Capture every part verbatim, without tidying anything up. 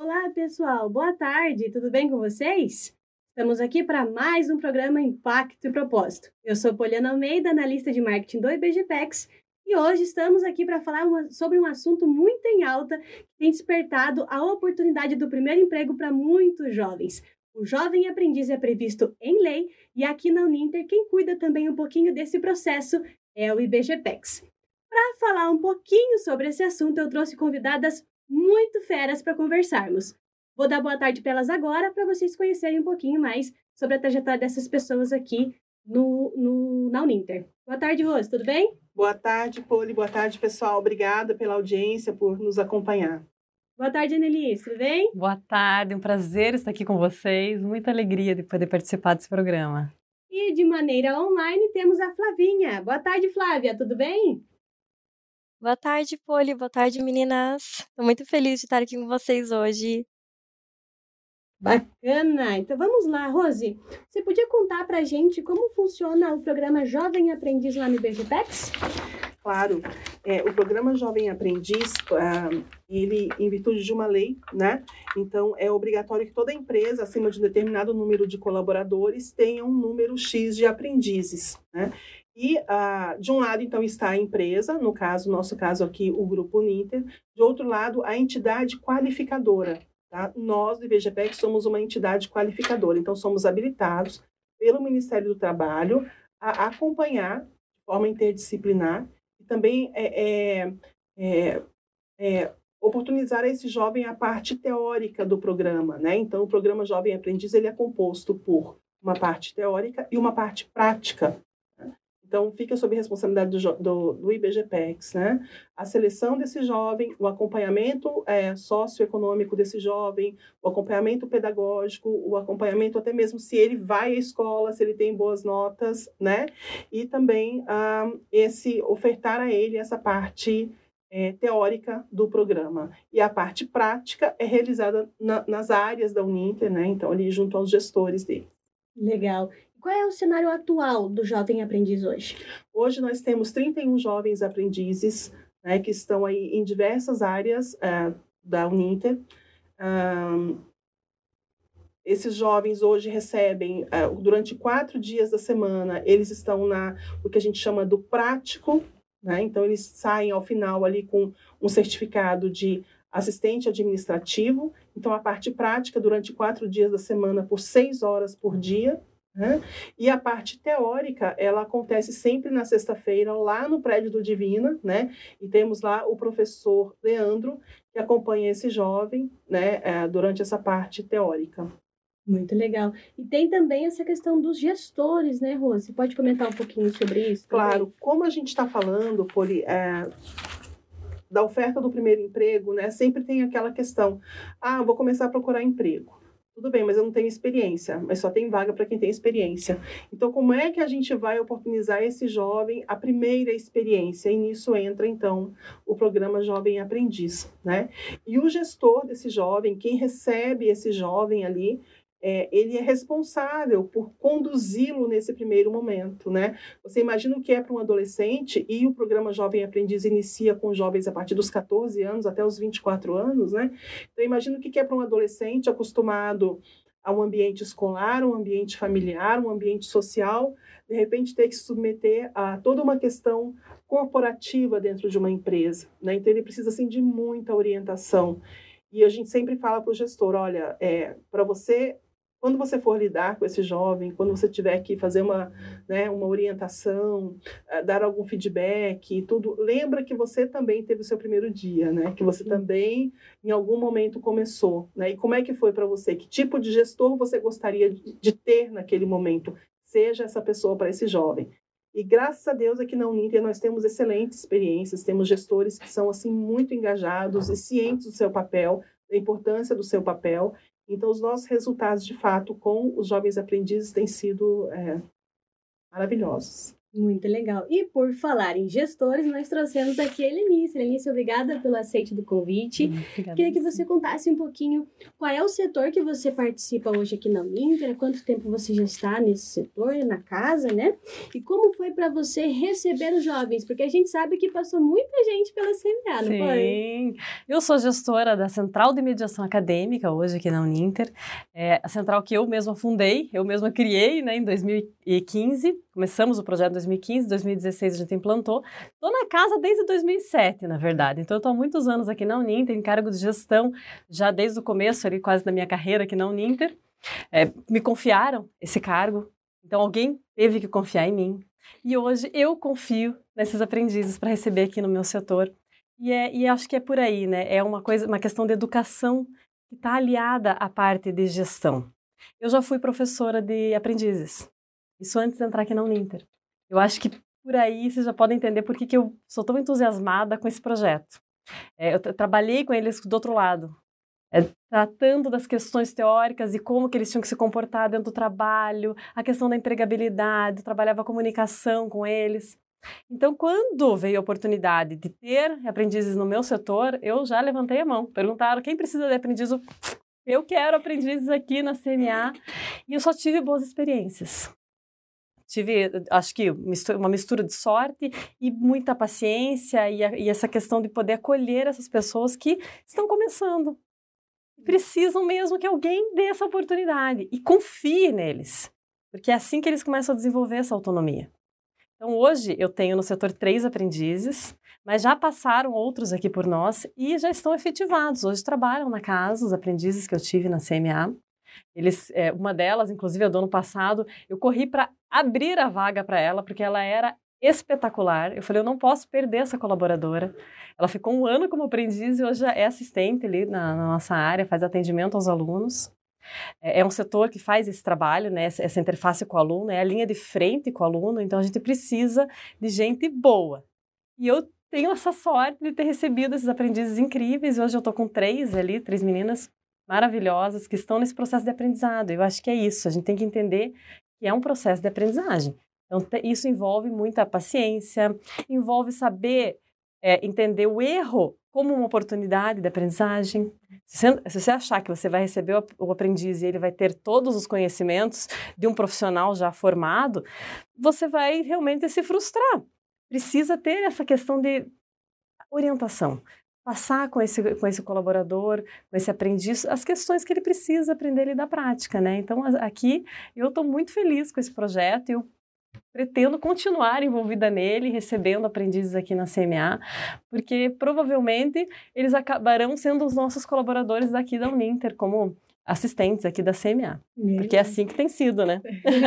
Olá, pessoal. Boa tarde. Tudo bem com vocês? Estamos aqui para mais um programa Impacto e Propósito. Eu sou Poliana Almeida, analista de marketing do IBGPEX, e hoje estamos aqui para falar uma, sobre um assunto muito em alta que tem despertado a oportunidade do primeiro emprego para muitos jovens. O jovem aprendiz é previsto em lei e aqui na Uninter quem cuida também um pouquinho desse processo é o IBGPEX. Para falar um pouquinho sobre esse assunto, eu trouxe convidadas muito feras para conversarmos. Vou dar boa tarde para elas agora, para vocês conhecerem um pouquinho mais sobre a trajetória dessas pessoas aqui no, no, na Uninter. Boa tarde, Rose, tudo bem? Boa tarde, Poli. Boa tarde, pessoal. Obrigada pela audiência, por nos acompanhar. Boa tarde, Annelise, tudo bem? Boa tarde, um prazer estar aqui com vocês. Muita alegria de poder participar desse programa. E de maneira online temos a Flavinha. Boa tarde, Flávia, tudo bem? Boa tarde, Poli. Boa tarde, meninas. Estou muito feliz de estar aqui com vocês hoje. Bacana! Então vamos lá, Rose. Você podia contar pra gente como funciona o programa Jovem Aprendiz lá no IBGPEX? Claro. É, o programa Jovem Aprendiz, uh, ele, em virtude de uma lei, né? Então, é obrigatório que toda empresa, acima de um determinado número de colaboradores, tenha um número X de aprendizes, né? E, uh, de um lado, então, está a empresa, no caso, nosso caso aqui, o Grupo Uninter. De outro lado, a entidade qualificadora. Tá? Nós, do IBGPEX, somos uma entidade qualificadora. Então, somos habilitados pelo Ministério do Trabalho a acompanhar, de forma interdisciplinar, e também é, é, é, é, oportunizar a esse jovem a parte teórica do programa. Né? Então, o programa Jovem Aprendiz ele é composto por uma parte teórica e uma parte prática. Então, fica sob responsabilidade do, do, do IBGPEX, né? A seleção desse jovem, o acompanhamento é, socioeconômico desse jovem, o acompanhamento pedagógico, o acompanhamento até mesmo se ele vai à escola, se ele tem boas notas, né? E também ah, esse ofertar a ele essa parte é, teórica do programa. E a parte prática é realizada na, nas áreas da Uninter, né? Então, ali junto aos gestores dele. Legal. Qual é o cenário atual do jovem aprendiz hoje? Hoje nós temos trinta e um jovens aprendizes, né, que estão aí em diversas áreas uh, da Uninter. Um, esses jovens hoje recebem, uh, durante quatro dias da semana, eles estão na o que a gente chama do prático, né? Então eles saem ao final ali com um certificado de assistente administrativo. Então a parte prática durante quatro dias da semana por seis horas por dia. Né? E a parte teórica, ela acontece sempre na sexta-feira, lá no prédio do Divina, né? E temos lá o professor Leandro, que acompanha esse jovem, né, durante essa parte teórica. Muito legal. E tem também essa questão dos gestores, né, Rose? Pode comentar um pouquinho sobre isso? Claro, também? Como a gente está falando, Poli, é, da oferta do primeiro emprego, né, sempre tem aquela questão, ah, vou começar a procurar emprego. Tudo bem, mas eu não tenho experiência, mas só tem vaga para quem tem experiência. Então, como é que a gente vai oportunizar esse jovem a primeira experiência? E nisso entra, então, o programa Jovem Aprendiz, né? E o gestor desse jovem, quem recebe esse jovem ali, é, ele é responsável por conduzi-lo nesse primeiro momento, né? Você imagina o que é para um adolescente, e o programa Jovem Aprendiz inicia com jovens a partir dos catorze anos até os vinte e quatro anos, né? Então, imagina o que é para um adolescente acostumado a um ambiente escolar, um ambiente familiar, um ambiente social, de repente ter que se submeter a toda uma questão corporativa dentro de uma empresa, né? Então, ele precisa, assim, de muita orientação. E a gente sempre fala para o gestor, olha, é, para você... Quando você for lidar com esse jovem, quando você tiver que fazer uma, né, uma orientação, uh, dar algum feedback e tudo, lembra que você também teve o seu primeiro dia, né? Que você também, em algum momento, começou. Né? E como é que foi para você? Que tipo de gestor você gostaria de, de ter naquele momento? Seja essa pessoa para esse jovem. E graças a Deus aqui na Uninter nós temos excelentes experiências, temos gestores que são assim muito engajados e cientes do seu papel, da importância do seu papel. Então, os nossos resultados, de fato, com os jovens aprendizes têm sido é, maravilhosos. Muito legal. E por falar em gestores, nós trouxemos aqui a Helenice. Helenice, obrigada pelo aceite do convite. Hum, obrigada. Queria que você contasse um pouquinho qual é o setor que você participa hoje aqui na Uninter, há quanto tempo você já está nesse setor, na casa, né? E como foi para você receber os jovens? Porque a gente sabe que passou muita gente pela C M A, não foi? Sim, eu sou gestora da Central de Mediação Acadêmica, hoje aqui na Uninter. É a central que eu mesma fundei, eu mesma criei, né, em dois mil e quinze. Começamos o projeto em dois mil e quinze, dois mil e dezesseis a gente implantou. Estou na casa desde dois mil e sete, na verdade. Então, eu estou há muitos anos aqui na Uninter, em cargo de gestão, já desde o começo, ali, quase da minha carreira aqui na Uninter. É, me confiaram esse cargo, então alguém teve que confiar em mim. E hoje eu confio nesses aprendizes para receber aqui no meu setor. E, é, e acho que é por aí, né? É uma coisa, uma questão de educação que está aliada à parte de gestão. Eu já fui professora de aprendizes. Isso antes de entrar aqui na Uninter. Eu acho que por aí vocês já podem entender por que, que eu sou tão entusiasmada com esse projeto. É, eu trabalhei com eles do outro lado, é, tratando das questões teóricas e como que eles tinham que se comportar dentro do trabalho, a questão da empregabilidade, eu trabalhava a comunicação com eles. Então, quando veio a oportunidade de ter aprendizes no meu setor, eu já levantei a mão. Perguntaram quem precisa de aprendiz. Eu quero aprendizes aqui na C M A. E eu só tive boas experiências. Tive, acho que, uma mistura de sorte e muita paciência e, a, e essa questão de poder acolher essas pessoas que estão começando. Precisam mesmo que alguém dê essa oportunidade e confie neles, porque é assim que eles começam a desenvolver essa autonomia. Então, hoje, eu tenho no setor três aprendizes, mas já passaram outros aqui por nós e já estão efetivados. Hoje trabalham na casa, os aprendizes que eu tive na C M A. Eles, é, uma delas, inclusive, é do ano passado, eu corri para abrir a vaga para ela, porque ela era espetacular. Eu falei, eu não posso perder essa colaboradora. Ela ficou um ano como aprendiz e hoje é assistente ali na, na nossa área, faz atendimento aos alunos. É, é um setor que faz esse trabalho, né, essa, essa interface com o aluno, é a linha de frente com o aluno, então a gente precisa de gente boa. E eu tenho essa sorte de ter recebido esses aprendizes incríveis. Hoje eu estou com três ali, três meninas maravilhosas que estão nesse processo de aprendizado. Eu acho que é isso, a gente tem que entender que é um processo de aprendizagem. Então, isso envolve muita paciência, envolve saber é, entender o erro como uma oportunidade de aprendizagem. Se você, se você achar que você vai receber o, o aprendiz e ele vai ter todos os conhecimentos de um profissional já formado, você vai realmente se frustrar. Precisa ter essa questão de orientação. Passar com esse, com esse colaborador, com esse aprendiz, as questões que ele precisa aprender ali da prática, né? Então, aqui, eu estou muito feliz com esse projeto e eu pretendo continuar envolvida nele, recebendo aprendizes aqui na C M A, porque provavelmente eles acabarão sendo os nossos colaboradores daqui da Uninter, como assistentes aqui da C M A, é. Porque é assim que tem sido, né?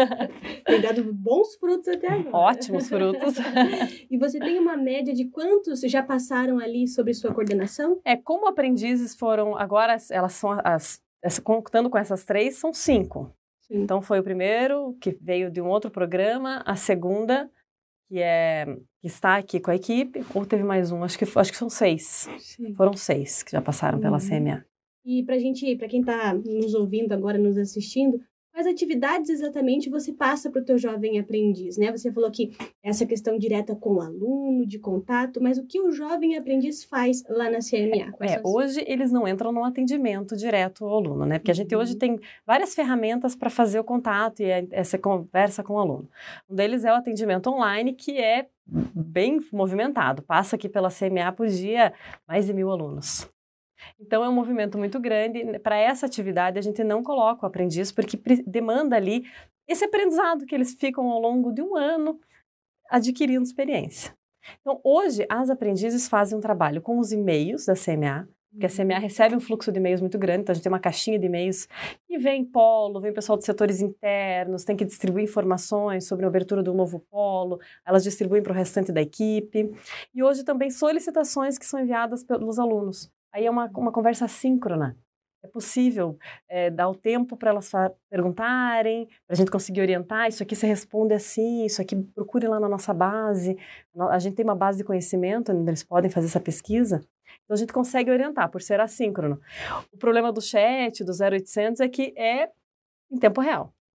Tem dado bons frutos até agora. Ótimos frutos. E você tem uma média de quantos já passaram ali sobre sua coordenação? É, como aprendizes foram, agora elas são, as, as, contando com essas três, são cinco. Sim. Então, foi o primeiro, que veio de um outro programa, a segunda, que, é, que está aqui com a equipe, ou teve mais um, acho que, acho que são seis. Sim. Foram seis que já passaram uhum. pela C M A. E para gente, para quem está nos ouvindo agora, nos assistindo, quais atividades exatamente você passa para o teu jovem aprendiz, né? Você falou que essa questão direta com o aluno, de contato, mas o que o jovem aprendiz faz lá na C M A? É, hoje eles não entram no atendimento direto ao aluno, né? Porque a gente uhum. hoje tem várias ferramentas para fazer o contato e essa conversa com o aluno. Um deles é o atendimento online, que é bem movimentado. Passa aqui pela C M A por dia mais de mil alunos. Então, é um movimento muito grande. Para essa atividade, a gente não coloca o aprendiz, porque demanda ali esse aprendizado que eles ficam ao longo de um ano adquirindo experiência. Então, hoje, as aprendizes fazem um trabalho com os e-mails da C M A, porque a C M A recebe um fluxo de e-mails muito grande, então a gente tem uma caixinha de e-mails e vem polo, vem pessoal dos setores internos, tem que distribuir informações sobre a abertura do novo polo, elas distribuem para o restante da equipe. E hoje também solicitações que são enviadas pelos alunos. Aí é uma, uma conversa assíncrona. É possível é, dar o tempo para elas perguntarem, para a gente conseguir orientar, isso aqui você responde assim, isso aqui procure lá na nossa base. A gente tem uma base de conhecimento onde eles podem fazer essa pesquisa. Então a gente consegue orientar por ser assíncrono. O problema do chat, do zero oitocentos, é que é em tempo real.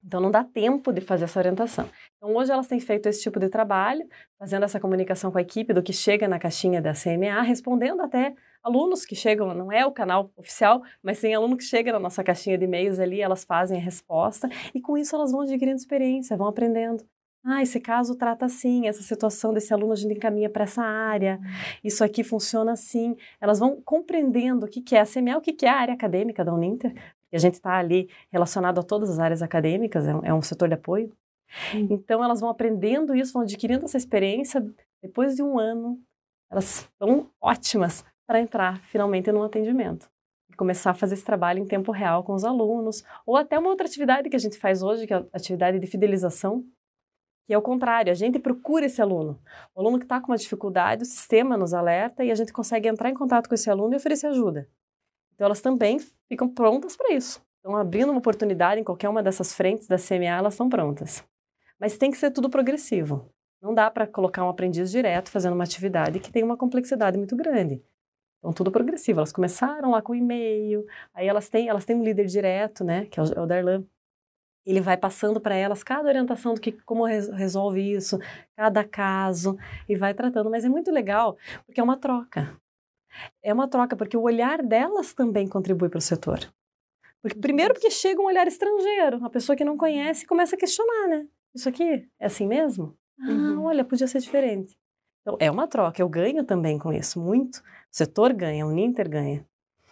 Então, não dá tempo de fazer essa orientação. Então, hoje elas têm feito esse tipo de trabalho, fazendo essa comunicação com a equipe do que chega na caixinha da C M A, respondendo até alunos que chegam, não é o canal oficial, mas tem aluno que chega na nossa caixinha de e-mails ali, elas fazem a resposta, e com isso elas vão adquirindo experiência, vão aprendendo. Ah, esse caso trata assim, essa situação desse aluno a gente encaminha para essa área, isso aqui funciona assim. Elas vão compreendendo o que, que é a C M A, o que, que é a área acadêmica da Uninter, e a gente está ali relacionado a todas as áreas acadêmicas, é um, é um setor de apoio. Hum. Então, elas vão aprendendo isso, vão adquirindo essa experiência. Depois de um ano, elas estão ótimas para entrar finalmente no atendimento. E começar a fazer esse trabalho em tempo real com os alunos. Ou até uma outra atividade que a gente faz hoje, que é a atividade de fidelização, que é o contrário, a gente procura esse aluno. O aluno que está com uma dificuldade, o sistema nos alerta e a gente consegue entrar em contato com esse aluno e oferecer ajuda. Então, elas também ficam prontas para isso. Então, abrindo uma oportunidade em qualquer uma dessas frentes da C M A, elas estão prontas. Mas tem que ser tudo progressivo. Não dá para colocar um aprendiz direto fazendo uma atividade que tem uma complexidade muito grande. Então, tudo progressivo. Elas começaram lá com e-mail, aí elas têm, elas têm um líder direto, né, que é o, é o Darlan. Ele vai passando para elas cada orientação do que, como resolve isso, cada caso, e vai tratando. Mas é muito legal, porque é uma troca. É uma troca, porque o olhar delas também contribui para o setor. Porque, primeiro porque chega um olhar estrangeiro, uma pessoa que não conhece começa a questionar, né? Isso aqui é assim mesmo? Uhum. Ah, olha, podia ser diferente. Então, é uma troca, eu ganho também com isso, muito. O setor ganha, o Uninter ganha.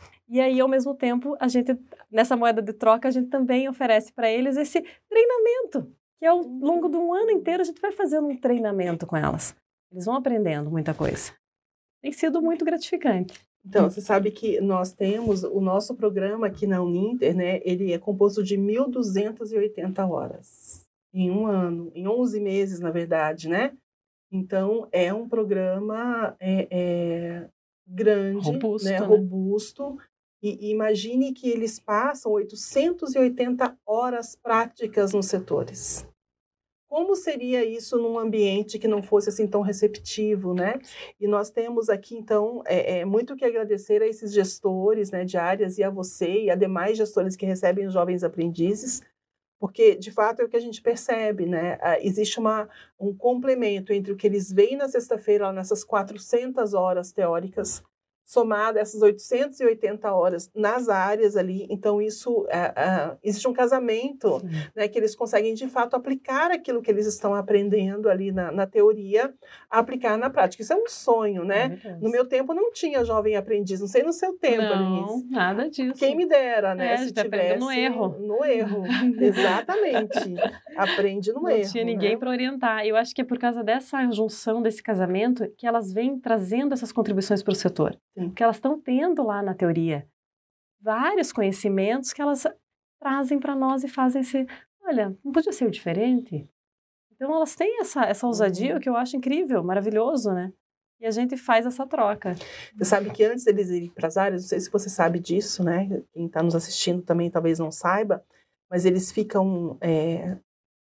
E aí, ao mesmo tempo, a gente, nessa moeda de troca, a gente também oferece para eles esse treinamento, que ao longo de um ano inteiro a gente vai fazendo um treinamento com elas. Eles vão aprendendo muita coisa. Tem sido muito gratificante. Então, você sabe que nós temos o nosso programa aqui na Uninter, né? Ele é composto de mil duzentas e oitenta horas em um ano, em onze meses, na verdade, né? Então, é um programa é, é, grande, robusto, né? né? robusto. E, e imagine que eles passam oitocentas e oitenta horas práticas nos setores. Como seria isso num ambiente que não fosse assim tão receptivo, né? E nós temos aqui, então, é, é, muito que agradecer a esses gestores, né, de áreas e a você e a demais gestores que recebem os jovens aprendizes, porque, de fato, é o que a gente percebe, né? Existe uma, um complemento entre o que eles veem na sexta-feira, nessas quatrocentas horas teóricas, somado a essas oitocentas e oitenta horas nas áreas ali, então isso, é, é, existe um casamento, né, que eles conseguem de fato aplicar aquilo que eles estão aprendendo ali na, na teoria, aplicar na prática. Isso é um sonho, né? É no meu tempo não tinha jovem aprendiz, não sei no seu tempo, Não, nada disso. Quem me dera, né? É, se tivesse no erro. No erro, exatamente. Aprende no não erro. Não tinha ninguém, né, para orientar. Eu acho que é por causa dessa junção, desse casamento, que elas vêm trazendo essas contribuições para o setor. Sim. Porque elas estão tendo lá na teoria vários conhecimentos que elas trazem para nós e fazem ser, olha, não podia ser diferente? Então elas têm essa, essa ousadia, uhum, que eu acho incrível, maravilhoso, né? E a gente faz essa troca. Você sabe que antes deles irem para as áreas, não sei se você sabe disso, né? Quem está nos assistindo também talvez não saiba, mas eles ficam é,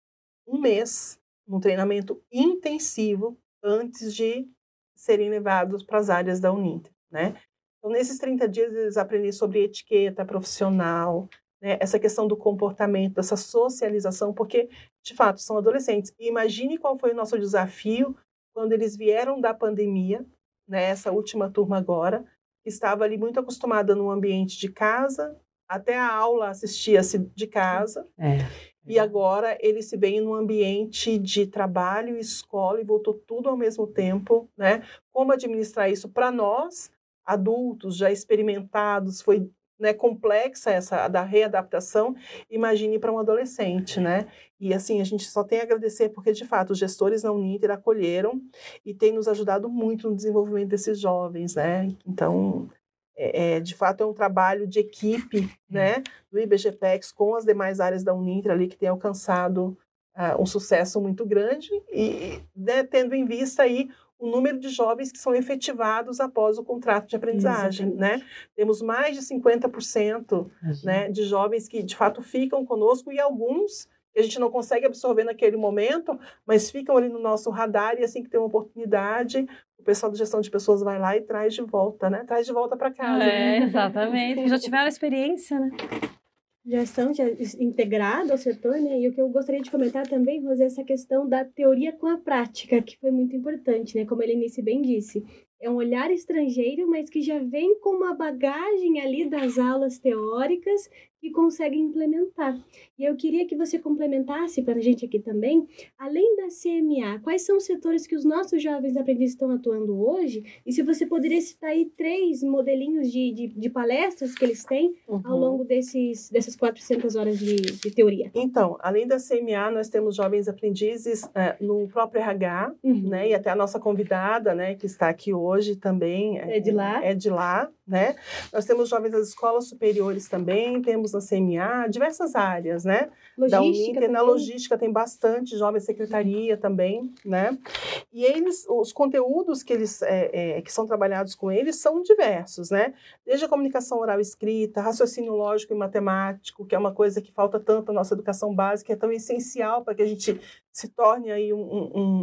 um mês num treinamento intensivo antes de serem levados para as áreas da Uninter, né? Então, nesses trinta dias, eles aprendem sobre etiqueta profissional, né? Essa questão do comportamento, dessa socialização, porque, de fato, são adolescentes. E imagine qual foi o nosso desafio quando eles vieram da pandemia, né? Essa última turma agora, que estava ali muito acostumada no ambiente de casa, até a aula assistia-se de casa, é. E agora eles se veem num ambiente de trabalho e escola e voltou tudo ao mesmo tempo, né? Como administrar isso para nós, adultos já experimentados, foi, né, complexa essa da readaptação, imagine para um adolescente, né? E assim, a gente só tem a agradecer porque, de fato, os gestores da Uninter acolheram e têm nos ajudado muito no desenvolvimento desses jovens, né? Então, É, é, de fato, é um trabalho de equipe, né, do IBGPEX com as demais áreas da Uninter ali que tem alcançado uh, um sucesso muito grande e, né, tendo em vista aí o número de jovens que são efetivados após o contrato de aprendizagem, né? Temos mais de cinquenta por cento, né, de jovens que, de fato, ficam conosco e alguns que a gente não consegue absorver naquele momento, mas ficam ali no nosso radar e assim que tem uma oportunidade, o pessoal da gestão de pessoas vai lá e traz de volta, né? Traz de volta para casa. É, exatamente. Já tiveram experiência, né? Já estão já integrados ao setor, né? E o que eu gostaria de comentar também, Rosê, é essa questão da teoria com a prática, que foi muito importante, né? Como a Helenice bem disse. É um olhar estrangeiro, mas que já vem com uma bagagem ali das aulas teóricas que consegue implementar. E eu queria que você complementasse para a gente aqui também, além da C M A, quais são os setores que os nossos jovens aprendizes estão atuando hoje? E se você poderia citar aí três modelinhos de, de, de palestras que eles têm uhum. ao longo desses, dessas quatrocentas horas de, de teoria. Então, além da C M A, nós temos jovens aprendizes é, no próprio R H, uhum. né? E até a nossa convidada, né, que está aqui hoje também é, é de lá. É de lá, né? Nós temos jovens das escolas superiores também, temos na C M A, diversas áreas, né? Logística da Uninter, também. Na logística tem bastante, jovem secretaria uhum. também, né? E eles, os conteúdos que eles é, é, que são trabalhados com eles são diversos, né? Desde a comunicação oral escrita, raciocínio lógico e matemático, que é uma coisa que falta tanto na nossa educação básica, é tão essencial para que a gente se torne aí um, um,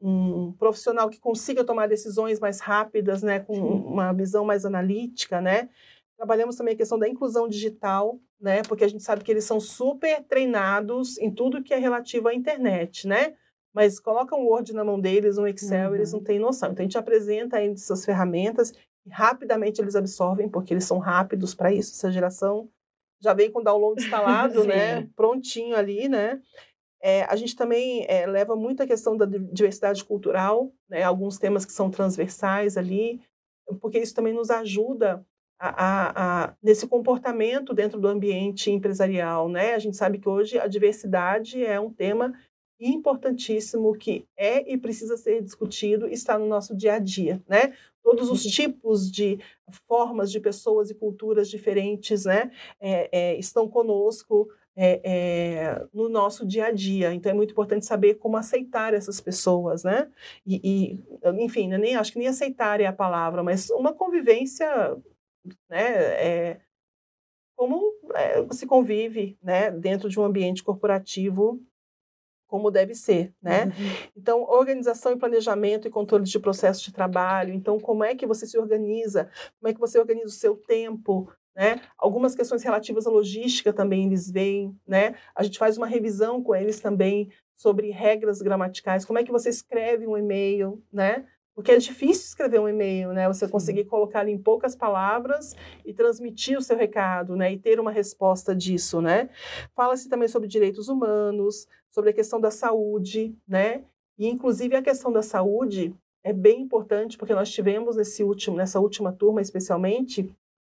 um profissional que consiga tomar decisões mais rápidas, né? Com uma visão mais analítica, né? Trabalhamos também a questão da inclusão digital, né? Porque a gente sabe que eles são super treinados em tudo que é relativo à internet, né? Mas coloca um Word na mão deles, um Excel, uhum. eles não têm noção. Então, a gente apresenta a eles essas ferramentas e rapidamente eles absorvem, porque eles são rápidos para isso. Essa geração já vem com o download instalado, né? Prontinho ali, né? É, a gente também é, leva muito a questão da diversidade cultural, né? Alguns temas que são transversais ali, porque isso também nos ajuda A, a, a, nesse comportamento dentro do ambiente empresarial, né? A gente sabe que hoje a diversidade é um tema importantíssimo que é e precisa ser discutido e está no nosso dia a dia, né? Todos os tipos de formas de pessoas e culturas diferentes, né? É, é, estão conosco é, é, no nosso dia a dia. Então é muito importante saber como aceitar essas pessoas, né? E, e enfim, nem acho que nem aceitar é a palavra, mas uma convivência, né? É, como é, se convive, né? Dentro de um ambiente corporativo como deve ser, né? Uhum. Então, organização e planejamento e controle de processos de trabalho. Então, como é que você se organiza? Como é que você organiza o seu tempo? Né? Algumas questões relativas à logística também eles veem, né? A gente faz uma revisão com eles também sobre regras gramaticais. Como é que você escreve um e-mail, né? Porque é difícil escrever um e-mail, né? Você conseguir colocar ali em poucas palavras e transmitir o seu recado, né? E ter uma resposta disso, né? Fala-se também sobre direitos humanos, sobre a questão da saúde, né? E, inclusive, a questão da saúde é bem importante, porque nós tivemos nesse último, nessa última turma, especialmente,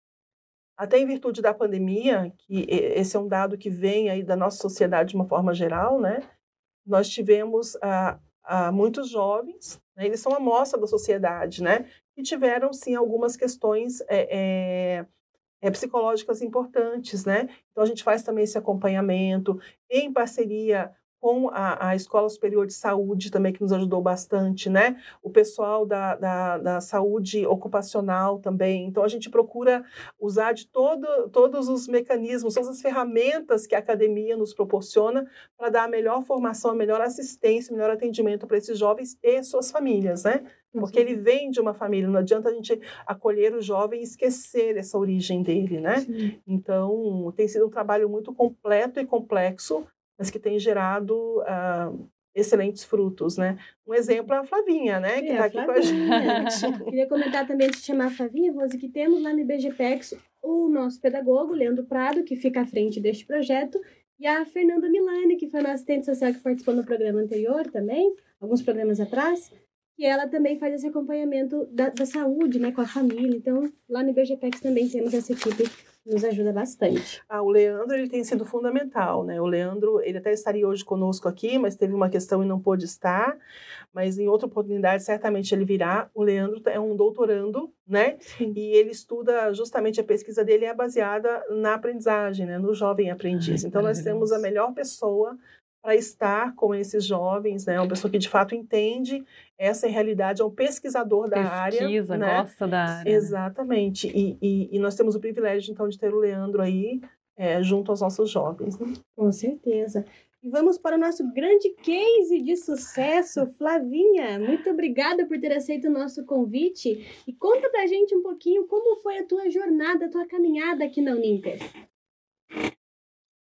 até em virtude da pandemia, que esse é um dado que vem aí da nossa sociedade de uma forma geral, né? Nós tivemos a Uh, muitos jovens, né, eles são a amostra da sociedade, né, e tiveram, sim, algumas questões é, é, é, psicológicas importantes, né, então a gente faz também esse acompanhamento em parceria com a, a Escola Superior de Saúde também, que nos ajudou bastante, né, o pessoal da, da, da saúde ocupacional também, então a gente procura usar de todo, todos os mecanismos, todas as ferramentas que a academia nos proporciona para dar a melhor formação, a melhor assistência, o melhor atendimento para esses jovens e suas famílias, né, porque ele vem de uma família, não adianta a gente acolher o jovem e esquecer essa origem dele, né, Sim. Então tem sido um trabalho muito completo e complexo, mas que tem gerado uh, excelentes frutos, né? Um exemplo é a Flavinha, né? Que está aqui Flavinha. com a gente. Queria comentar também, antes de chamar a Flavinha, Rose, que temos lá no I B G P E X o nosso pedagogo, Leandro Prado, que fica à frente deste projeto, e a Fernanda Milani, que foi nossa assistente social que participou no programa anterior também, alguns programas atrás, e ela também faz esse acompanhamento da, da saúde, né, com a família. Então, lá no I B G P E X também temos essa equipe nos ajuda bastante. Ah, o Leandro, ele tem sido fundamental, né? O Leandro, ele até estaria hoje conosco aqui, mas teve uma questão e não pôde estar, mas em outra oportunidade certamente ele virá. O Leandro é um doutorando, né? Sim. E ele estuda, justamente a pesquisa dele é baseada na aprendizagem, né? No jovem aprendiz. Ai, então nós temos a melhor pessoa para estar com esses jovens, né? Uma pessoa que de fato entende essa realidade, é um pesquisador da Pesquisa, área. Pesquisa, né? gosta da área. Exatamente. E, e, e nós temos o privilégio, então, de ter o Leandro aí é, junto aos nossos jovens. Né? Com certeza. E vamos para o nosso grande case de sucesso, Flavinha. Muito obrigada por ter aceito o nosso convite. E conta pra gente um pouquinho como foi a tua jornada, a tua caminhada aqui na Uninter.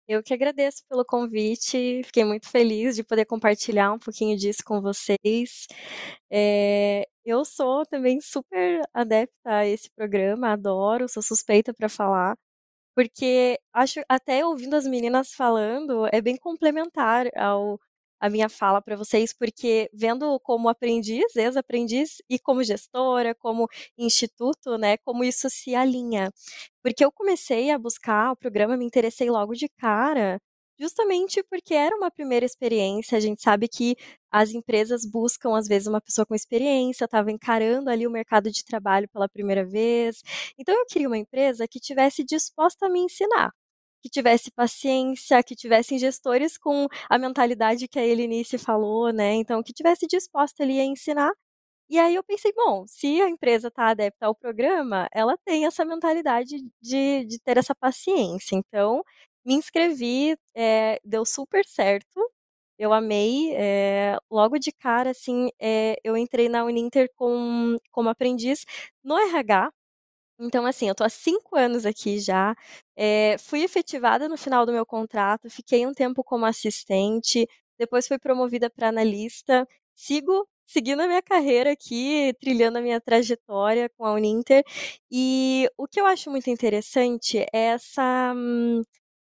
Eu que agradeço pelo convite, fiquei muito feliz de poder compartilhar um pouquinho disso com vocês. É, eu sou também super adepta a esse programa, adoro, sou suspeita para falar, porque acho, até ouvindo as meninas falando, é bem complementar ao a minha fala para vocês, porque vendo como aprendiz, ex-aprendiz e como gestora, como instituto, né, como isso se alinha. Porque eu comecei a buscar o programa, me interessei logo de cara, justamente porque era uma primeira experiência. A gente sabe que as empresas buscam, às vezes, uma pessoa com experiência, estava encarando ali o mercado de trabalho pela primeira vez. Então, eu queria uma empresa que tivesse disposta a me ensinar, que tivesse paciência, que tivessem gestores com a mentalidade que a Helenice falou, né? Então, que tivesse disposta ali a ensinar. E aí eu pensei, bom, se a empresa está adepta ao programa, ela tem essa mentalidade de, de ter essa paciência. Então, me inscrevi, é, deu super certo, eu amei. É, logo de cara, assim, é, eu entrei na Uninter com, como aprendiz no R H. Então, assim, eu tô há cinco anos aqui já, eh, fui efetivada no final do meu contrato, fiquei um tempo como assistente, depois fui promovida para analista, sigo seguindo a minha carreira aqui, trilhando a minha trajetória com a Uninter, e o que eu acho muito interessante é essa hum,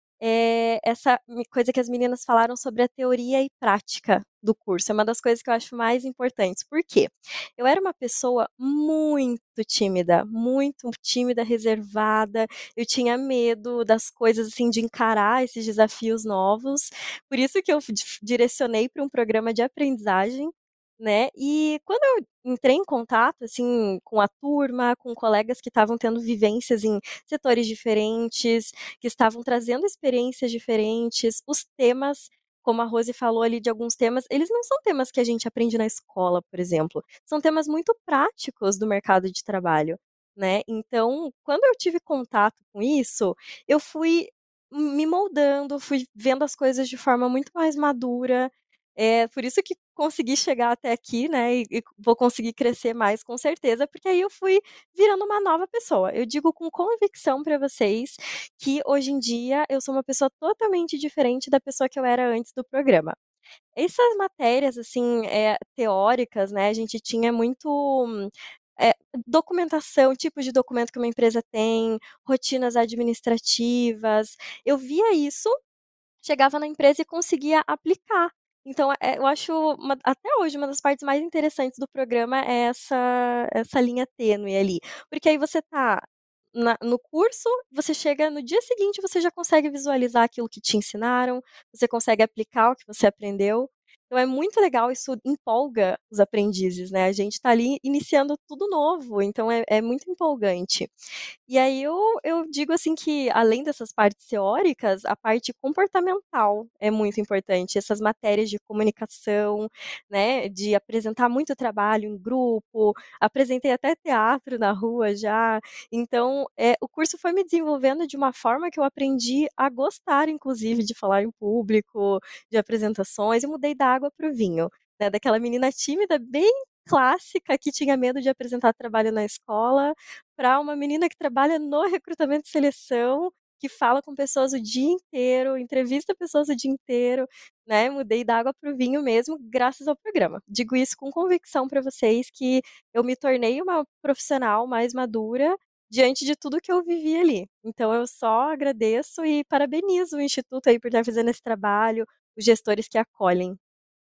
eh, essa me coisa que as meninas falaram sobre a teoria e prática do curso, é uma das coisas que eu acho mais importantes. Por quê? Eu era uma pessoa muito tímida, muito tímida, reservada, eu tinha medo das coisas, assim, de encarar esses desafios novos, por isso que eu di direcionei para um programa de aprendizagem, né, e quando eu entrei em contato, assim, com a turma, com colegas que estavam tendo vivências em setores diferentes, que estavam trazendo experiências diferentes, os temas, como a Rose falou ali de alguns temas, eles não são temas que a gente aprende na escola, por exemplo, são temas muito práticos do mercado de trabalho, né. Então, quando eu tive contato com isso, eu fui me moldando, fui vendo as coisas de forma muito mais madura, é por isso que consegui chegar até aqui, né, e e vou conseguir crescer mais com certeza, porque aí eu fui virando uma nova pessoa. Eu digo com convicção para vocês que hoje em dia eu sou uma pessoa totalmente diferente da pessoa que eu era antes do programa. Essas matérias, assim, eh, teóricas, né, a gente tinha muito, hum, eh, documentação, tipos de documento que uma empresa tem, rotinas administrativas, eu via isso, chegava na empresa e conseguia aplicar. Então, eh, eu acho uma até hoje, uma das partes mais interessantes do programa é essa essa linha tênue ali, porque aí você tá na no curso, você chega no dia seguinte, você já consegue visualizar aquilo que te ensinaram, você consegue aplicar o que você aprendeu. Então é muito legal, isso empolga os aprendizes, né, a gente tá ali iniciando tudo novo, então é é muito empolgante. E aí eu eu digo, assim, que além dessas partes teóricas, a parte comportamental é muito importante, essas matérias de comunicação, né, de apresentar muito trabalho em grupo, apresentei até teatro na rua já, então, eh, o curso foi me desenvolvendo de uma forma que eu aprendi a gostar, inclusive, de falar em público, de apresentações, e mudei da água para o vinho, né, daquela menina tímida bem clássica que tinha medo de apresentar trabalho na escola, para uma menina que trabalha no recrutamento e seleção, que fala com pessoas o dia inteiro, entrevista pessoas o dia inteiro, né, mudei da água para o vinho mesmo, graças ao programa. Digo isso com convicção para vocês que eu me tornei uma profissional mais madura, diante de tudo que eu vivi ali. Então eu só agradeço e parabenizo o instituto aí por estar fazendo esse trabalho, os gestores que acolhem.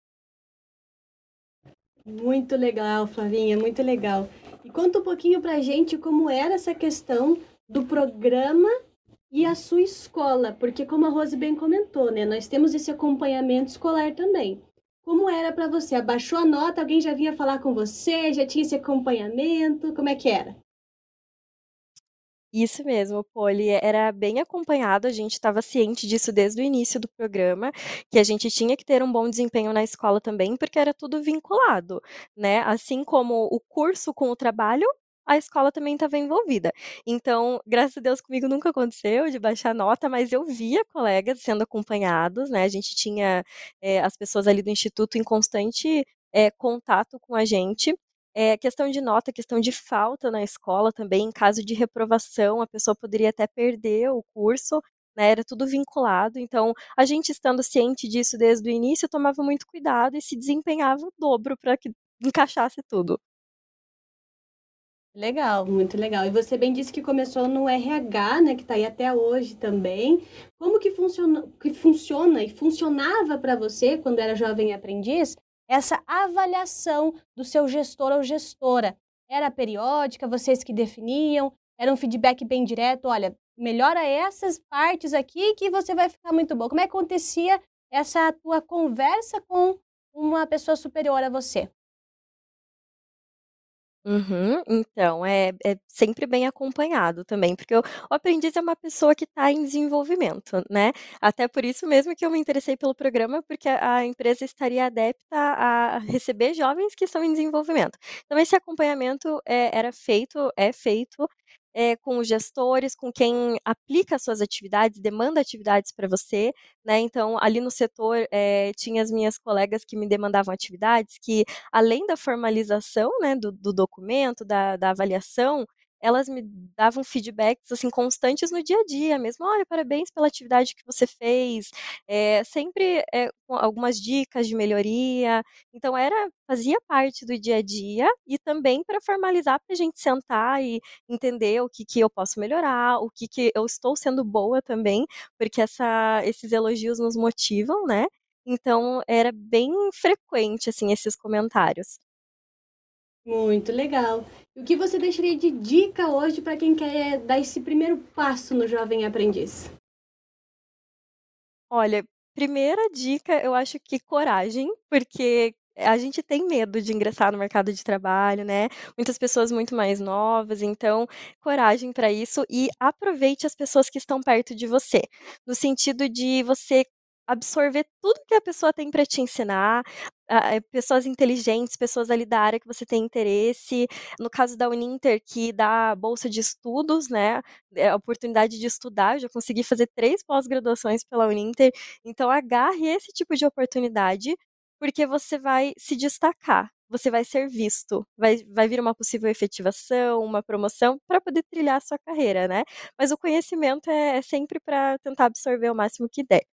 Muito legal, Flavinha, muito legal. E conta um pouquinho pra gente como era essa questão do programa e a sua escola, porque como a Rose bem comentou, né, nós temos esse acompanhamento escolar também. Como era para você? Abaixou a nota, alguém já vinha falar com você, já tinha esse acompanhamento, como é que era? Isso mesmo, Poli, era bem acompanhado, a gente estava ciente disso desde o início do programa, que a gente tinha que ter um bom desempenho na escola também, porque era tudo vinculado, né, assim como o curso com o trabalho, a escola também estava envolvida. Então, graças a Deus comigo nunca aconteceu de baixar nota, mas eu via colegas sendo acompanhados, né, a gente tinha, eh, as pessoas ali do instituto em constante, eh, contato com a gente. É, questão de nota, questão de falta na escola também, em caso de reprovação, a pessoa poderia até perder o curso, né? Era tudo vinculado. Então, a gente estando ciente disso desde o início, tomava muito cuidado e se desempenhava o dobro para que encaixasse tudo. Legal, muito legal. E você bem disse que começou no R H, né, que está aí até hoje também. Como que funciona, que funciona e funcionava para você, quando era jovem aprendiz, essa avaliação do seu gestor ou gestora? Era periódica, vocês que definiam? Era um feedback bem direto? Olha, melhora essas partes aqui que você vai ficar muito bom. Como é que acontecia essa tua conversa com uma pessoa superior a você? Uhum. Então, é é sempre bem acompanhado também, porque o o aprendiz é uma pessoa que está em desenvolvimento, né. Até por isso mesmo que eu me interessei pelo programa, porque a a empresa estaria adepta a receber jovens que estão em desenvolvimento. Então esse acompanhamento, eh, era feito é feito, eh, com os gestores, com quem aplica as suas atividades, demanda atividades para você, né. Então ali no setor, eh, tinha as minhas colegas que me demandavam atividades que, além da formalização, né, do do documento, da da avaliação, elas me davam feedbacks, assim, constantes no dia a dia mesmo: "Olha, parabéns pela atividade que você fez", eh, sempre, eh, com algumas dicas de melhoria. Então era fazia parte do dia a dia e também para formalizar, para a gente sentar e entender o que que eu posso melhorar, o que que eu estou sendo boa também, porque essa esses elogios nos motivam, né. Então era bem frequente, assim, esses comentários. Muito legal. E o que você deixaria de dica hoje para quem quer dar esse primeiro passo no jovem aprendiz? Olha, primeira dica, eu acho que coragem, porque a gente tem medo de ingressar no mercado de trabalho, né, muitas pessoas muito mais novas, então coragem para isso e aproveite as pessoas que estão perto de você, no sentido de você absorver tudo que a pessoa tem para te ensinar, ah, eh, pessoas inteligentes, pessoas ali da área que você tem interesse. No caso da Uninter, que dá bolsa de estudos, né, eh, a oportunidade de estudar, eu já consegui fazer três pós-graduações pela Uninter, então agarre esse tipo de oportunidade, porque você vai se destacar, você vai ser visto, vai vai vir uma possível efetivação, uma promoção para poder trilhar a sua carreira, né. Mas o conhecimento é é sempre para tentar absorver o máximo que der.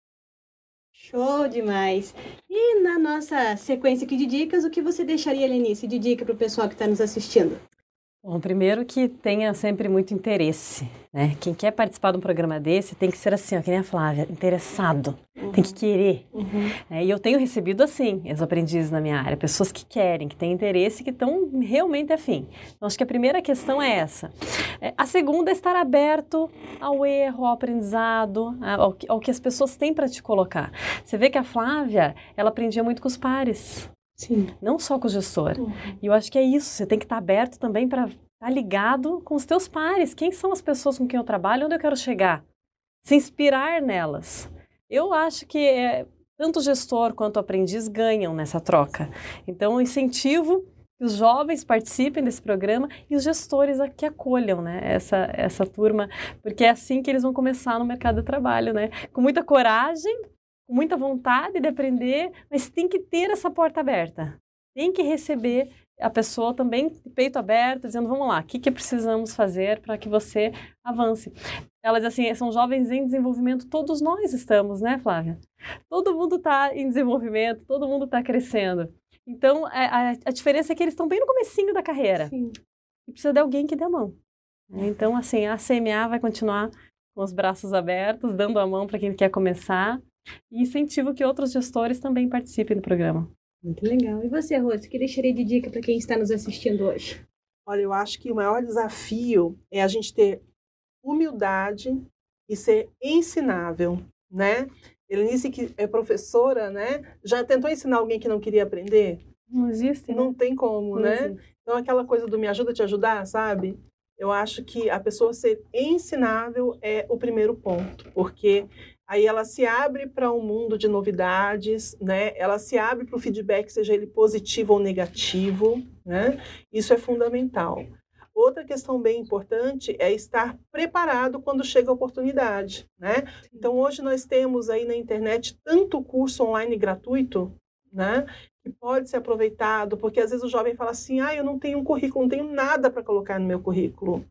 Show demais! E na nossa sequência aqui de dicas, o que você deixaria, Lenice, de dica para o pessoal que está nos assistindo? Bom, primeiro que tenha sempre muito interesse, né? Quem quer participar de um programa desse tem que ser assim, ó, que nem a Flávia, interessado, Uhum. tem que querer. Uhum. É, e eu tenho recebido assim, os aprendizes na minha área, pessoas que querem, que têm interesse, que estão realmente afim. Então, acho que a primeira questão é essa. É, a segunda é estar aberto ao erro, ao aprendizado, ao que, ao que as pessoas têm para te colocar. Você vê que a Flávia, ela aprendia muito com os pares. Sim. Não só com o gestor. Uhum. E eu acho que é isso, você tem que estar aberto também para estar ligado com os teus pares. Quem são as pessoas com quem eu trabalho? Onde eu quero chegar? Se inspirar nelas. Eu acho que é, tanto o gestor quanto o aprendiz ganham nessa troca. Então, eu incentivo que os jovens participem desse programa e os gestores a que acolham, né, essa, essa turma, porque é assim que eles vão começar no mercado de trabalho, né? Com muita coragem, com muita vontade de aprender, mas tem que ter essa porta aberta. Tem que receber a pessoa também de peito aberto, dizendo, vamos lá, o que, que precisamos fazer para que você avance? Ela diz assim, são jovens em desenvolvimento, todos nós estamos, né, Flávia? Todo mundo está em desenvolvimento, todo mundo está crescendo. Então, a, a, a diferença é que eles estão bem no comecinho da carreira. Sim. E precisa de alguém que dê a mão. Então, assim, a C M A vai continuar com os braços abertos, dando a mão para quem quer começar, e incentivo que outros gestores também participem do programa. Muito legal. E você, Rose, o que deixaria de dica para quem está nos assistindo hoje? Olha, eu acho que o maior desafio é a gente ter humildade e ser ensinável, né? Elenice, que é professora, né? Já tentou ensinar alguém que não queria aprender? Não existe, né? Não tem como, Não né? existe. Então, aquela coisa do me ajuda a te ajudar, sabe? Eu acho que a pessoa ser ensinável é o primeiro ponto, porque aí ela se abre para um mundo de novidades, né? Ela se abre para o feedback, seja ele positivo ou negativo, né? Isso é fundamental. Outra questão bem importante é estar preparado quando chega a oportunidade, né? Então, hoje nós temos aí na internet tanto curso online gratuito, né? Que pode ser aproveitado, porque às vezes o jovem fala assim, ah, eu não tenho um currículo, não tenho nada para colocar no meu currículo.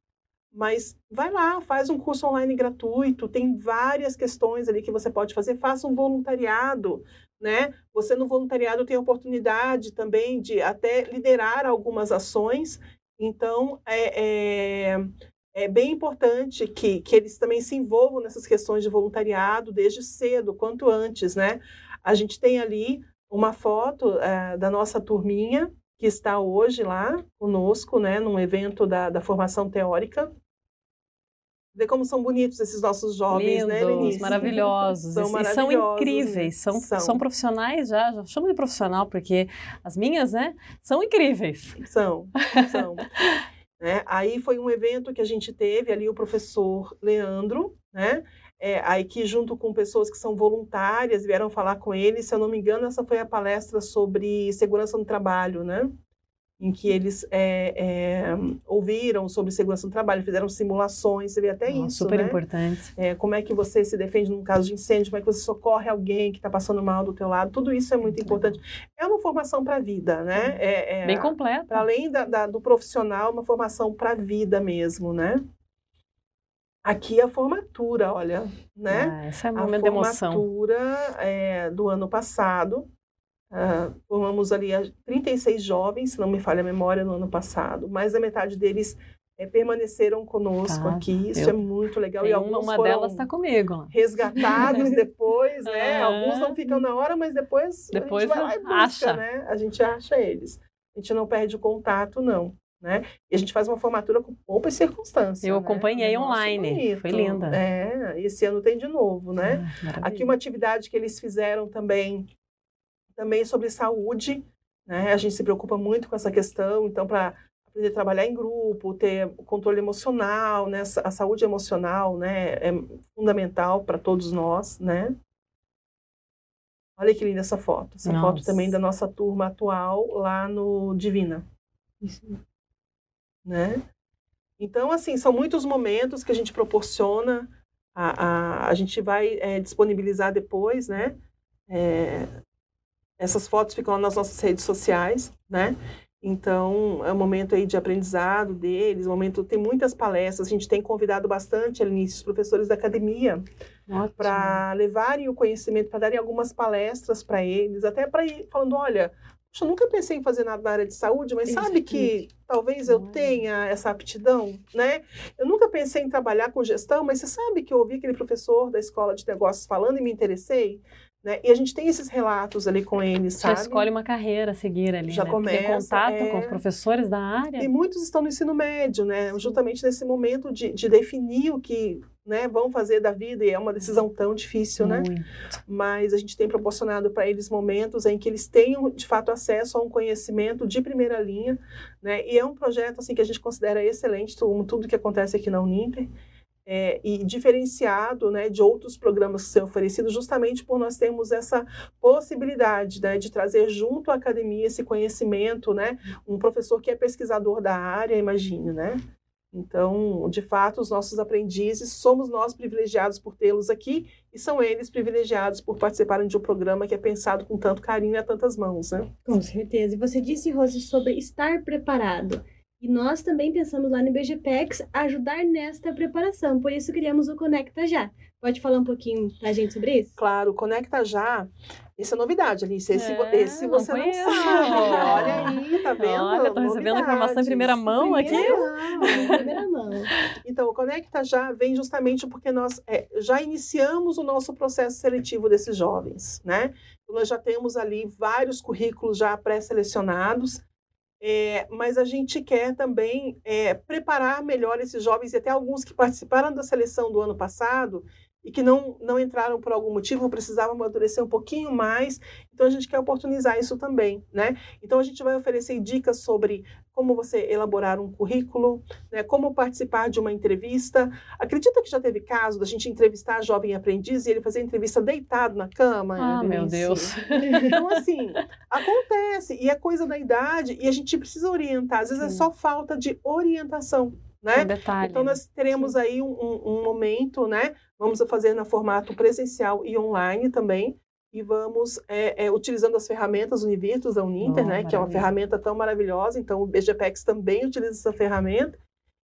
Mas vai lá, faz um curso online gratuito, tem várias questões ali que você pode fazer, faça um voluntariado, né? Você no voluntariado tem a oportunidade também de até liderar algumas ações, então é, é, é bem importante que, que eles também se envolvam nessas questões de voluntariado desde cedo, quanto antes, né? A gente tem ali uma foto é, da nossa turminha, que está hoje lá conosco, né, num evento da, da formação teórica. Vê como são bonitos esses nossos jovens, Lindos, né, Lenice? maravilhosos. São e maravilhosos, são incríveis, né? são, São. são profissionais já, já chamo de profissional, porque as minhas, né, são incríveis. São, são. Né? Aí foi um evento que a gente teve ali, o professor Leandro, né? É, aí que junto com pessoas que são voluntárias vieram falar com ele, se eu não me engano, essa foi a palestra sobre segurança no trabalho, né? Em que eles é, é, ouviram sobre segurança no trabalho, fizeram simulações, você vê até Nossa, isso, super né? importante. É, como é que você se defende num caso de incêndio, como é que você socorre alguém que está passando mal do teu lado, tudo isso é muito, muito importante. Legal. É uma formação para a vida, né? É, é, bem completa. Para além da, da, do profissional, uma formação para a vida mesmo, né? Aqui a formatura, olha, né? Ah, essa é uma momento de emoção. A formatura é, do ano passado, uh, formamos ali trinta e seis jovens, se não me falha a memória, no ano passado. Mais da metade deles é, permaneceram conosco tá, aqui, isso eu... é muito legal. Tem e alguns uma foram delas está comigo. Resgatados depois, né? Ah, alguns não ficam na hora, mas depois, depois a gente vai lá e busca, acha. né? A gente acha eles. A gente não perde o contato, não. Né? E a gente faz uma formatura com poucas circunstâncias. Eu né? acompanhei Nossa, online, bonito. Foi linda. É, esse ano tem de novo, né? Ah, aqui uma atividade que eles fizeram também, também sobre saúde, né? A gente se preocupa muito com essa questão, então para aprender a trabalhar em grupo, ter controle emocional, né? A saúde emocional, né? É fundamental para todos nós, né? Olha que linda essa foto. Essa Nossa. Foto também da nossa turma atual lá no Divina. Isso. Né? Então, assim, são muitos momentos que a gente proporciona, a, a, a gente vai é, disponibilizar depois, né? É, essas fotos ficam lá nas nossas redes sociais, né? Então, é um momento aí de aprendizado deles, um momento, tem muitas palestras, a gente tem convidado bastante, Alinice, os professores da academia, para levarem o conhecimento, para darem algumas palestras para eles, até para ir falando, olha, eu nunca pensei em fazer nada na área de saúde, mas Isso. sabe que talvez eu tenha essa aptidão, né? Eu nunca pensei em trabalhar com gestão, mas você sabe que eu ouvi aquele professor da escola de negócios falando e me interessei, né? E a gente tem esses relatos ali com eles, Já sabe? escolhe uma carreira a seguir ali, Já né? começa, Ter contato é... com os professores da área. E muitos estão no ensino médio, né? Justamente nesse momento de, de definir o que, né, vão fazer da vida, e é uma decisão tão difícil, Muito. né? Mas a gente tem proporcionado para eles momentos em que eles tenham, de fato, acesso a um conhecimento de primeira linha, né? E é um projeto, assim, que a gente considera excelente, tudo, tudo que acontece aqui na Uninter, é, e diferenciado, né, de outros programas que são oferecidos, justamente por nós termos essa possibilidade, né, de trazer junto à academia esse conhecimento, né? Um professor que é pesquisador da área, imagine, né? Então, de fato, os nossos aprendizes, somos nós privilegiados por tê-los aqui e são eles privilegiados por participarem de um programa que é pensado com tanto carinho e a tantas mãos, né? Com certeza. E você disse, Rose, sobre estar preparado. E nós também pensamos lá no IBGPEX ajudar nesta preparação. Por isso criamos o Conecta Já. Pode falar um pouquinho pra gente sobre isso? Claro, o Conecta Já, isso é novidade, Alice. Esse, é, esse você não, não sabe. Olha aí, tá vendo? Olha, tô recebendo informação em primeira mão primeira aqui. Mão, primeira mão. Então, o Conecta Já vem justamente porque nós é, já iniciamos o nosso processo seletivo desses jovens, né? Nós já temos ali vários currículos já pré-selecionados, É, mas a gente quer também é, preparar melhor esses jovens, e até alguns que participaram da seleção do ano passado e que não, não entraram por algum motivo, precisavam amadurecer um pouquinho mais, então a gente quer oportunizar isso também, né? Então a gente vai oferecer dicas sobre como você elaborar um currículo, né? Como participar de uma entrevista. Acredita que já teve caso da gente entrevistar jovem aprendiz e ele fazer a entrevista deitado na cama? Ah, meu Deus! Então, assim, acontece, e é coisa da idade, e a gente precisa orientar, às vezes Sim. é só falta de orientação, né? Um detalhe, então nós teremos Sim. aí um, um, um momento, né? Vamos fazer no formato presencial e online também, e vamos é, é, utilizando as ferramentas Univirtus da Uninter, oh, né? Que é uma ferramenta tão maravilhosa, então o IBGPEX também utiliza essa ferramenta,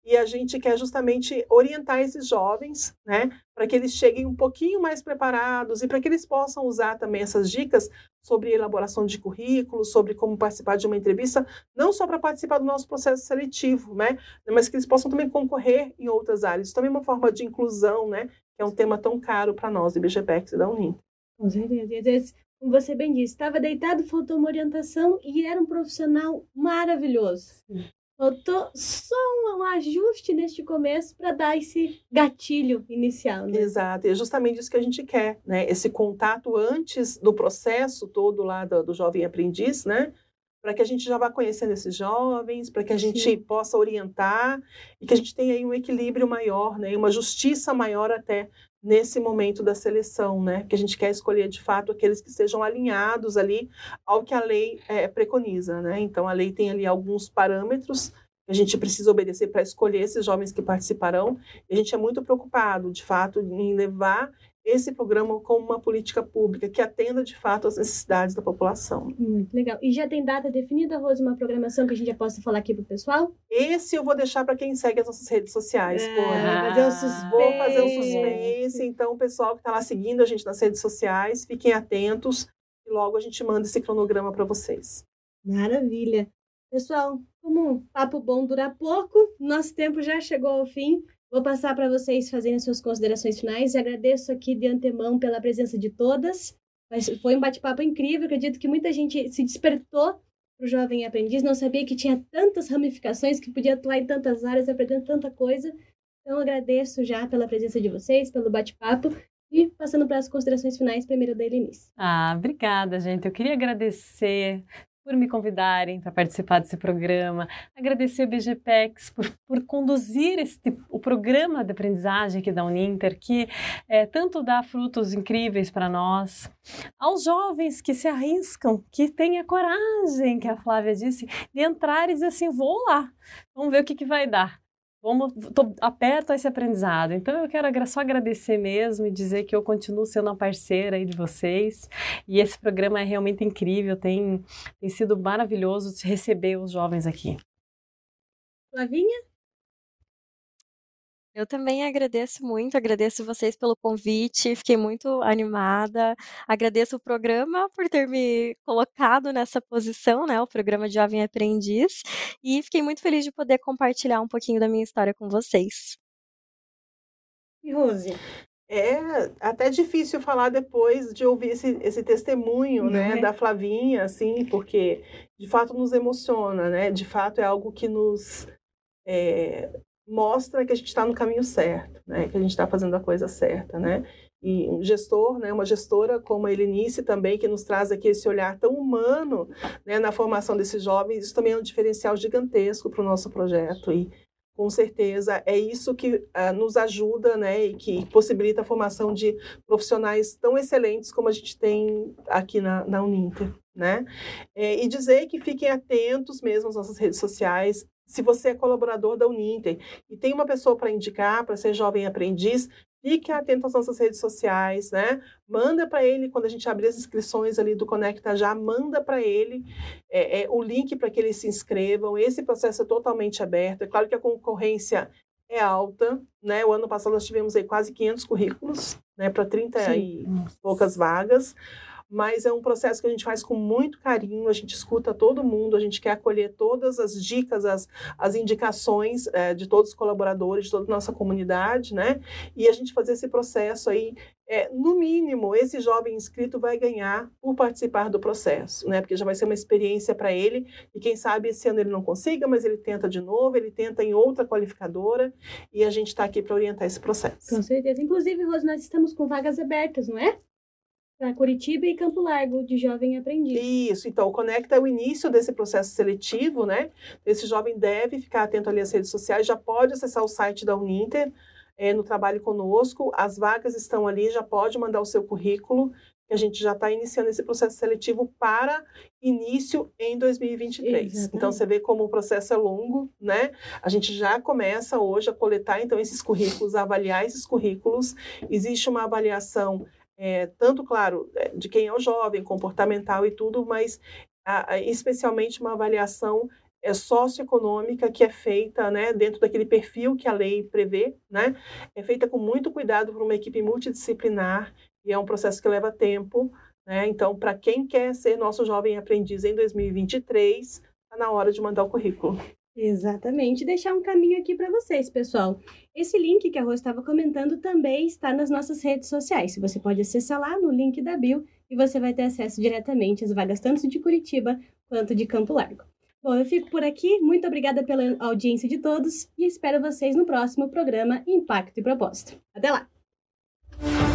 e a gente quer justamente orientar esses jovens, né, para que eles cheguem um pouquinho mais preparados e para que eles possam usar também essas dicas sobre elaboração de currículo, sobre como participar de uma entrevista, não só para participar do nosso processo seletivo, né, mas que eles possam também concorrer em outras áreas. Isso também é uma forma de inclusão, né, que é um tema tão caro para nós, do IBGPEX e da Uninter. Com certeza. E às vezes, como você bem disse, estava deitado, faltou uma orientação e era um profissional maravilhoso. Sim. Faltou só um, um ajuste neste começo para dar esse gatilho inicial. Né? Exato, e é justamente isso que a gente quer, né? Esse contato antes do processo todo lá do, do jovem aprendiz, né? Para que a gente já vá conhecendo esses jovens, para que a gente Sim. possa orientar e que a gente tenha aí um equilíbrio maior, né? Uma justiça maior até nesse momento da seleção, né? Que a gente quer escolher, de fato, aqueles que estejam alinhados ali ao que a lei é, preconiza, né? Então, a lei tem ali alguns parâmetros que a gente precisa obedecer para escolher esses jovens que participarão, e a gente é muito preocupado, de fato, em levar esse programa como uma política pública que atenda, de fato, às necessidades da população. Muito legal. E já tem data definida, Rose, uma programação que a gente já possa falar aqui para o pessoal? Esse eu vou deixar para quem segue as nossas redes sociais. É, pô, né? Fazer o suspense. Vou fazer o suspense. Então, o pessoal que está lá seguindo a gente nas redes sociais, fiquem atentos e logo a gente manda esse cronograma para vocês. Maravilha. Pessoal, como um papo bom dura pouco, nosso tempo já chegou ao fim. Vou passar para vocês fazerem suas considerações finais e agradeço aqui de antemão pela presença de todas. Mas foi um bate-papo incrível, acredito que muita gente se despertou para o jovem aprendiz, não sabia que tinha tantas ramificações, que podia atuar em tantas áreas, aprendendo tanta coisa. Então agradeço já pela presença de vocês, pelo bate-papo. E passando para as considerações finais, primeiro da Helenice. Ah, obrigada, gente. Eu queria agradecer por me convidarem para participar desse programa, agradecer o IBGPEX por, por conduzir este, o programa de aprendizagem aqui da Uninter, que é, tanto dá frutos incríveis para nós, aos jovens que se arriscam, que têm a coragem, que a Flávia disse, de entrar e dizer assim, vou lá, vamos ver o que, que vai dar. Estou aperto a esse aprendizado. Então, eu quero só agradecer mesmo e dizer que eu continuo sendo uma parceira aí de vocês. E esse programa é realmente incrível, tem, tem sido maravilhoso receber os jovens aqui. Flavinha? Eu também agradeço muito, agradeço vocês pelo convite, fiquei muito animada, agradeço o programa por ter me colocado nessa posição, né, o programa Jovem Aprendiz, e fiquei muito feliz de poder compartilhar um pouquinho da minha história com vocês. E Rose? É até difícil falar depois de ouvir esse, esse testemunho, né, é? da Flavinha, assim, porque de fato nos emociona, né, de fato é algo que nos... É, mostra que a gente está no caminho certo, né? Que a gente está fazendo a coisa certa, né? E um gestor, né? Uma gestora como a Helenice também, que nos traz aqui esse olhar tão humano, né? Na formação desses jovens, isso também é um diferencial gigantesco para o nosso projeto e com certeza é isso que uh, nos ajuda, né? E que possibilita a formação de profissionais tão excelentes como a gente tem aqui na, na Uninter, né? É, e dizer que fiquem atentos mesmo às nossas redes sociais. Se você é colaborador da Uninter e tem uma pessoa para indicar, para ser jovem aprendiz, fique atento às nossas redes sociais, né? Manda para ele, quando a gente abrir as inscrições ali do Conecta Já, manda para ele é, é, o link para que eles se inscrevam. Esse processo é totalmente aberto. É claro que a concorrência é alta, né? O ano passado nós tivemos aí quase quinhentos currículos, né? Para trinta Sim. e poucas vagas. Mas é um processo que a gente faz com muito carinho, a gente escuta todo mundo, a gente quer acolher todas as dicas, as, as indicações é, de todos os colaboradores, de toda a nossa comunidade, né? E a gente fazer esse processo aí, é, no mínimo, esse jovem inscrito vai ganhar por participar do processo, né? Porque já vai ser uma experiência para ele, e quem sabe esse ano ele não consiga, mas ele tenta de novo, ele tenta em outra qualificadora, e a gente está aqui para orientar esse processo. Com certeza. Inclusive, Rose, nós estamos com vagas abertas, não é? Para Curitiba e Campo Largo, de jovem aprendiz. Isso, então o Conecta é o início desse processo seletivo, né? Esse jovem deve ficar atento ali às redes sociais, já pode acessar o site da Uninter, é, no Trabalho Conosco, as vagas estão ali, já pode mandar o seu currículo, que a gente já está iniciando esse processo seletivo para início em dois mil e vinte e três. Exatamente. Então, você vê como o processo é longo, né? A gente já começa hoje a coletar, então, esses currículos, a avaliar esses currículos. Existe uma avaliação É, tanto, claro, de quem é o jovem, comportamental e tudo, mas a, a, especialmente uma avaliação é, socioeconômica que é feita, né, dentro daquele perfil que a lei prevê, né, é feita com muito cuidado por uma equipe multidisciplinar e é um processo que leva tempo, né, então para quem quer ser nosso jovem aprendiz em dois mil e vinte e três, está na hora de mandar o currículo. Exatamente, deixar um caminho aqui para vocês, pessoal. Esse link que a Rô estava comentando também está nas nossas redes sociais. Você pode acessar lá no link da bio e você vai ter acesso diretamente às vagas tanto de Curitiba quanto de Campo Largo. Bom, eu fico por aqui. Muito obrigada pela audiência de todos e espero vocês no próximo programa Impacto e Propósito. Até lá!